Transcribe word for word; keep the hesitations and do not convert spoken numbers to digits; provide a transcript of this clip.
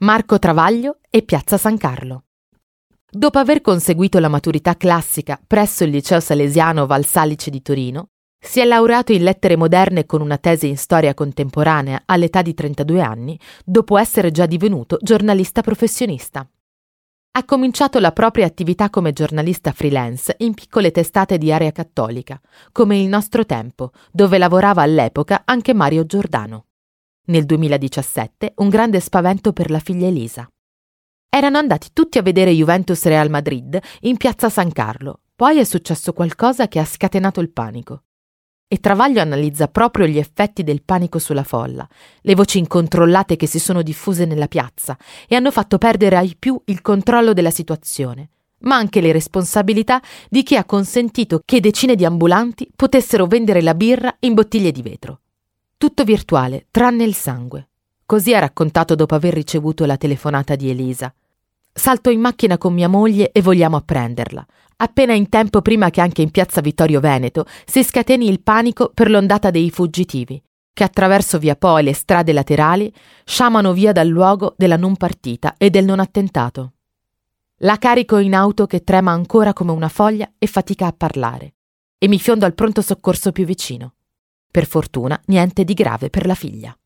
Marco Travaglio e Piazza San Carlo. Dopo aver conseguito la maturità classica presso il Liceo Salesiano Valsalice di Torino, si è laureato in lettere moderne con una tesi in storia contemporanea all'età di trentadue anni, dopo essere già divenuto giornalista professionista. Ha cominciato la propria attività come giornalista freelance in piccole testate di area cattolica, come Il Nostro Tempo, dove lavorava all'epoca anche Mario Giordano. Nel duemiladiciassette un grande spavento per la figlia Elisa. Erano andati tutti a vedere Juventus-Real Madrid in Piazza San Carlo, poi è successo qualcosa che ha scatenato il panico. E Travaglio analizza proprio gli effetti del panico sulla folla, le voci incontrollate che si sono diffuse nella piazza e hanno fatto perdere ai più il controllo della situazione, ma anche le responsabilità di chi ha consentito che decine di ambulanti potessero vendere la birra in bottiglie di vetro. Tutto virtuale, tranne il sangue. Così ha raccontato dopo aver ricevuto la telefonata di Elisa. Salto in macchina con mia moglie e vogliamo apprenderla, appena in tempo prima che anche in piazza Vittorio Veneto si scateni il panico per l'ondata dei fuggitivi, che attraverso via Po e le strade laterali sciamano via dal luogo della non partita e del non attentato. La carico in auto che trema ancora come una foglia e fatica a parlare, e mi fiondo al pronto soccorso più vicino. Per fortuna niente di grave per la figlia.